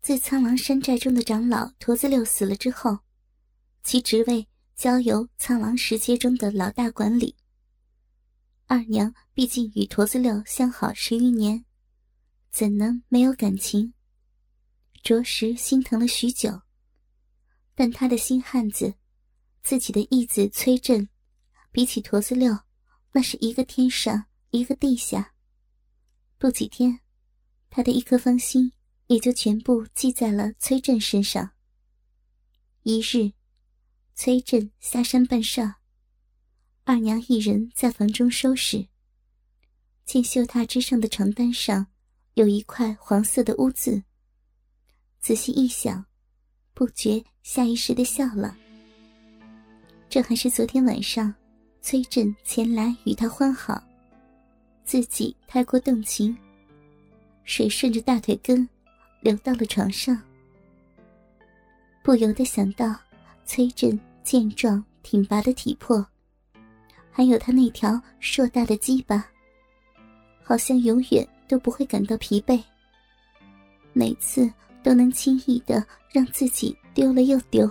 自苍狼山寨中的长老驼子六死了之后，其职位交由苍狼石阶中的老大管理。二娘毕竟与驼子六相好10余年，怎能没有感情？着实心疼了许久，但他的新汉子，自己的义子崔振，比起驼子六，那是一个天上一个地下。不几天，他的一颗芳心也就全部记在了崔振身上。一日，崔振下山办事，二娘一人在房中收拾，见绣榻之上的床单上有一块黄色的污渍，仔细一想，不觉下意识地笑了。这还是昨天晚上崔振前来与他欢好，自己太过动情，水顺着大腿根流到了床上。不由得想到崔振健壮挺拔的体魄，还有他那条硕大的鸡巴，好像永远都不会感到疲惫，每次都能轻易地让自己丢了又丢。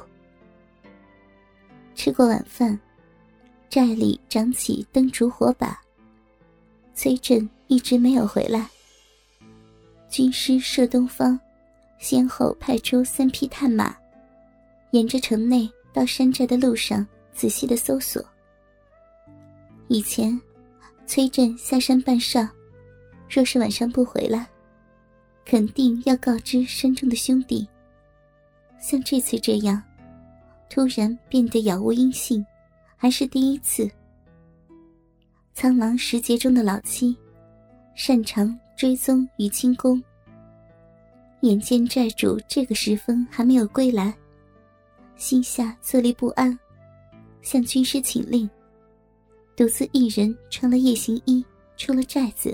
吃过晚饭，寨里长起灯烛火把，崔振一直没有回来。军师射东方先后派出3匹探马，沿着城内到山寨的路上仔细地搜索。以前崔振下山办事，若是晚上不回来，肯定要告知山中的兄弟。像这次这样突然变得杳无音信，还是第一次。苍狼石阶中的老七擅长追踪与轻功，眼见寨主这个时分还没有归来，心下坐立不安，向军师请令，独自一人穿了夜行衣出了寨子。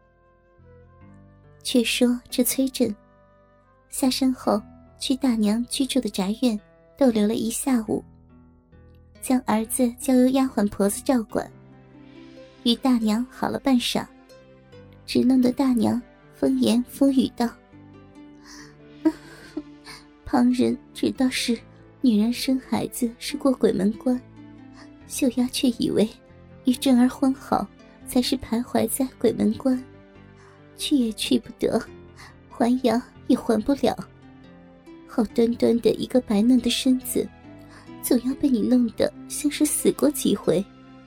却说这崔振下山后去大娘居住的宅院逗留了一下午，将儿子交由丫鬟婆子照管，与大娘好了半晌，只弄得大娘风言风语道：旁人知道是女人生孩子是过鬼门关，秀丫却以为与振儿婚好才是徘徊在鬼门关，去也去不得，还阳也还不了。好端端的一个白嫩的身子，总要被你弄得像是死过几回。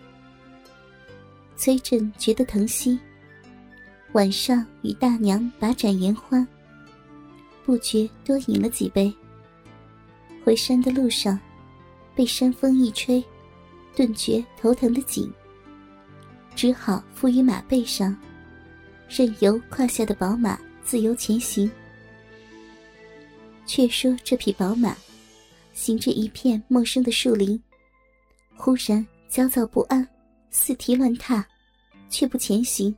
崔振觉得疼惜，晚上与大娘把盏言欢，不觉多饮了几杯。回山的路上，被山风一吹，顿觉头疼的紧，只好伏于马背上，任由胯下的宝马自由前行。却说这匹宝马行着一片陌生的树林，忽然焦躁不安，四蹄乱踏，却不前行。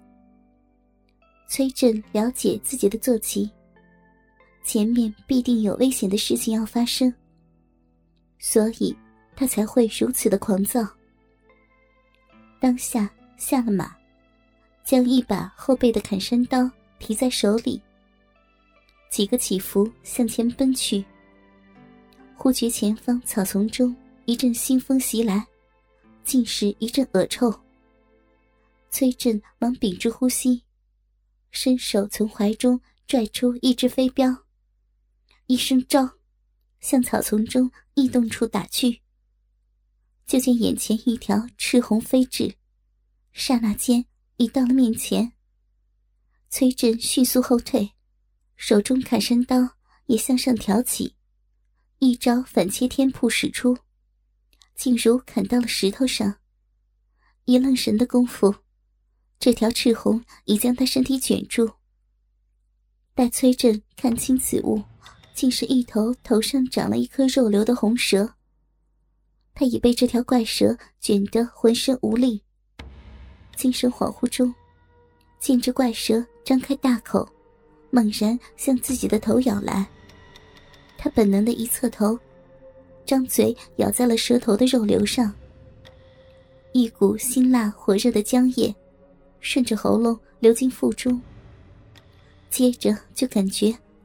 崔振了解自己的坐骑，前面必定有危险的事情要发生，所以他才会如此的狂躁。当下下了马，将一把后背的砍山刀提在手里，几个起伏向前奔去。忽觉前方草丛中一阵腥风袭来，尽是一阵恶臭。崔振忙屏住呼吸，伸手从怀中拽出一只飞镖，一声招，向草丛中异动处打去。就见眼前一条赤红飞至，刹那间已到了面前。崔振迅速后退，手中砍山刀也向上挑起，一招反切天瀑使出，竟如砍到了石头上。一愣神的功夫，这条赤红已将他身体卷住。待崔振看清此物，竟是一头上长了一颗肉瘤的红蛇。他已被这条怪蛇卷得浑身无力，精神恍惚中，见这怪蛇张开大口，猛然向自己的头咬来。他本能的一侧头，张嘴咬在了蛇头的肉瘤上，一股辛辣火热的浆液顺着喉咙流进腹中，接着就感觉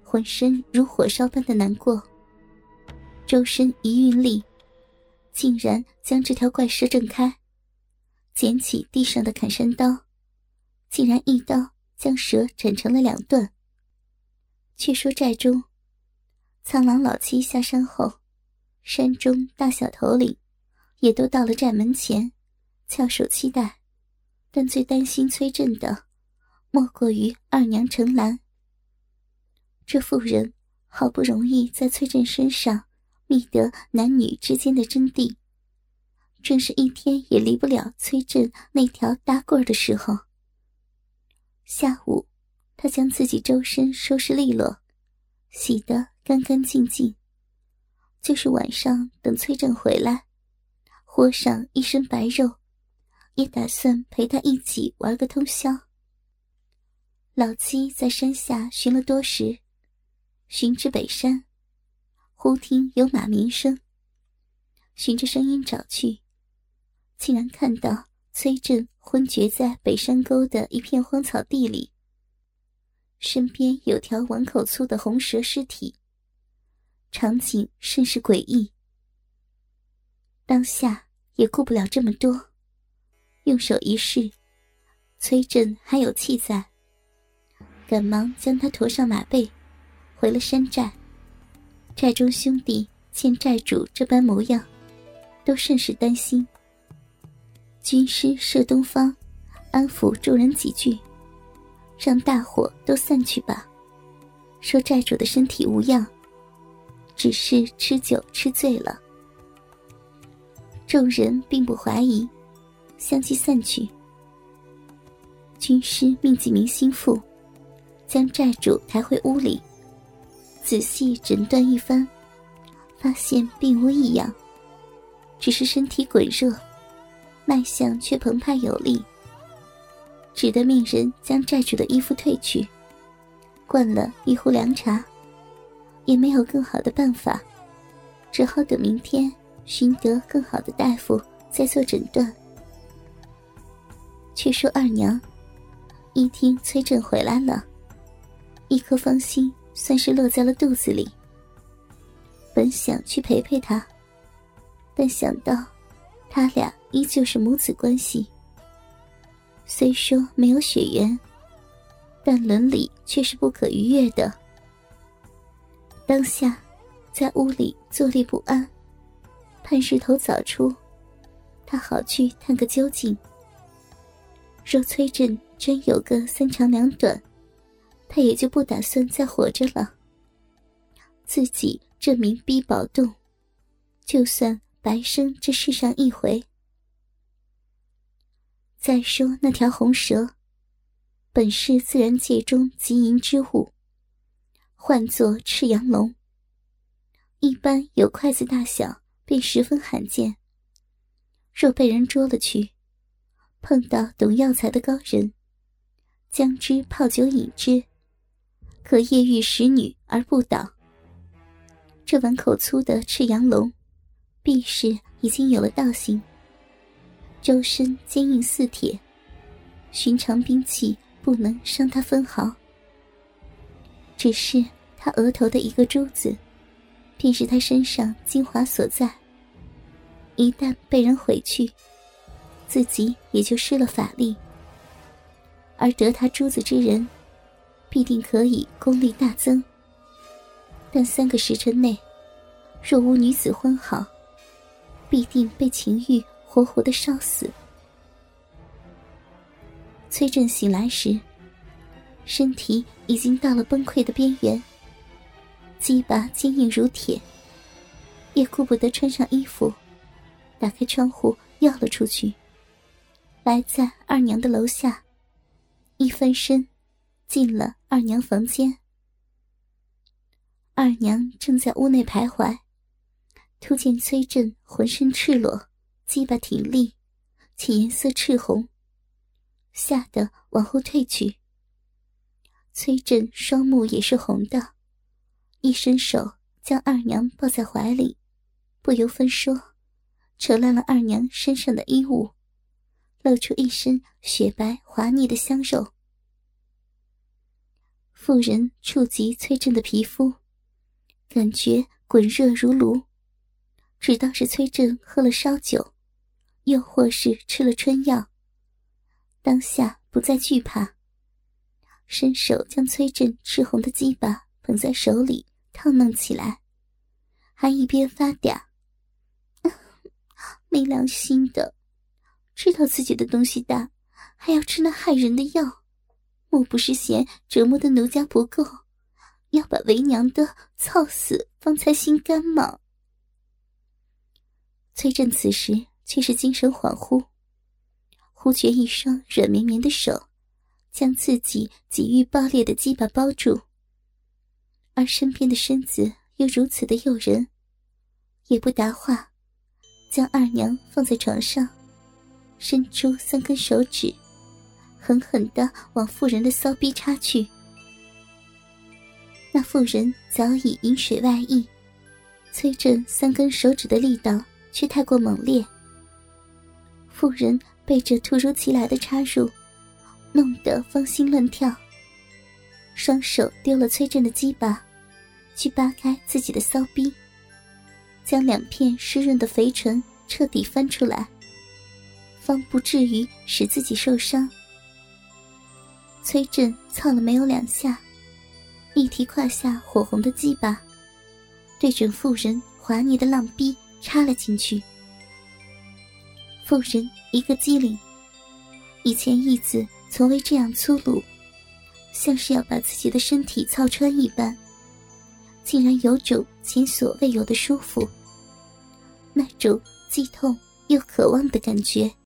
浑身如火烧般的难过，周身一运力，竟然将这条怪蛇挣开，捡起地上的砍山刀，竟然一刀将蛇斩成了2段。却说寨中，苍狼老七下山后，山中大小头领也都到了寨门前，翘首期待，但最担心崔振的莫过于二娘程兰。这妇人好不容易在崔振身上觅得男女之间的真谛，正是一天也离不了崔振那条大棍的时候。下午，他将自己周身收拾利落，洗得干干净净，就是晚上等崔振回来，和上一身白肉，也打算陪他一起玩个通宵。老七在山下寻了多时，寻至北山，忽听有马鸣声，循着声音找去，竟然看到崔振昏厥在北山沟的一片荒草地里，身边有条碗口粗的红蛇尸体，场景甚是诡异。当下也顾不了这么多，用手一试，崔振还有气在，赶忙将他驮上马背，回了山寨。寨中兄弟见寨主这般模样，都甚是担心。军师射东方安抚众人几句，让大伙都散去吧，说寨主的身体无恙，只是吃酒吃醉了。众人并不怀疑，相继散去。军师命几名心腹将寨主抬回屋里，仔细诊断一番，发现并无异样，只是身体滚热，脉象却澎湃有力，只得命人将寨主的衣服褪去，灌了一壶凉茶，也没有更好的办法，只好等明天寻得更好的大夫再做诊断。却说二娘一听崔振回来了，一颗芳心算是落在了肚子里，本想去陪陪他，但想到他俩依旧是母子关系，虽说没有血缘，但伦理却是不可逾越的。当下在屋里坐立不安，盼日头早出，他好去探个究竟。若崔振真有个3长2短，他也就不打算再活着了。自己这名逼宝洞，就算白生这世上一回。再说那条红蛇，本是自然界中极淫之物，唤作赤阳龙，一般有筷子大小，便十分罕见。若被人捉了去，碰到懂药材的高人，将之泡酒饮之，可夜遇使女而不倒。这碗口粗的赤阳龙，必是已经有了道行，周身坚硬似铁，寻常兵器不能伤他分毫。只是他额头的一个珠子，便是他身上精华所在，一旦被人毁去，自己也就失了法力，而得他珠子之人，必定可以功力大增。但3个时辰内，若无女子欢好，必定被情欲活活地烧死。崔振醒来时，身体已经到了崩溃的边缘，鸡巴坚硬如铁，也顾不得穿上衣服，打开窗户跃了出去，来在二娘的楼下，一翻身进了二娘房间。二娘正在屋内徘徊，突见崔振浑身赤裸，鸡巴挺立，且颜色赤红，吓得往后退去。崔振双目也是红的，一伸手将二娘抱在怀里，不由分说扯烂了二娘身上的衣物，露出一身雪白滑腻的香肉。 妇人触及崔振的皮肤，感觉滚热如炉，知道是崔振喝了烧酒，又或是吃了春药，当下不再惧怕，伸手将崔振赤红的鸡巴捧在手里烫弄起来，还一边发嗲：没良心的，知道自己的东西大，还要吃那害人的药，莫不是嫌折磨的奴家不够，要把为娘的操死方才心甘吗？崔振此时却是精神恍惚，忽觉一双软绵绵的手将自己几欲爆裂的鸡巴包住，而身边的身子又如此的诱人，也不答话，将二娘放在床上，伸出3根手指，狠狠地往妇人的骚逼插去。那妇人早已饮水外溢，崔振3根手指的力道却太过猛烈，妇人被这突如其来的插入弄得芳心乱跳，双手丢了崔振的鸡巴，去扒开自己的骚逼，将2片湿润的肥唇彻底翻出来，方不至于使自己受伤。崔振操了没有2下，一提胯下火红的鸡巴，对准妇人滑腻的浪逼插了进去。妇人一个机灵，以前义子从未这样粗鲁，像是要把自己的身体操穿一般，竟然有种前所未有的舒服，那种既痛又渴望的感觉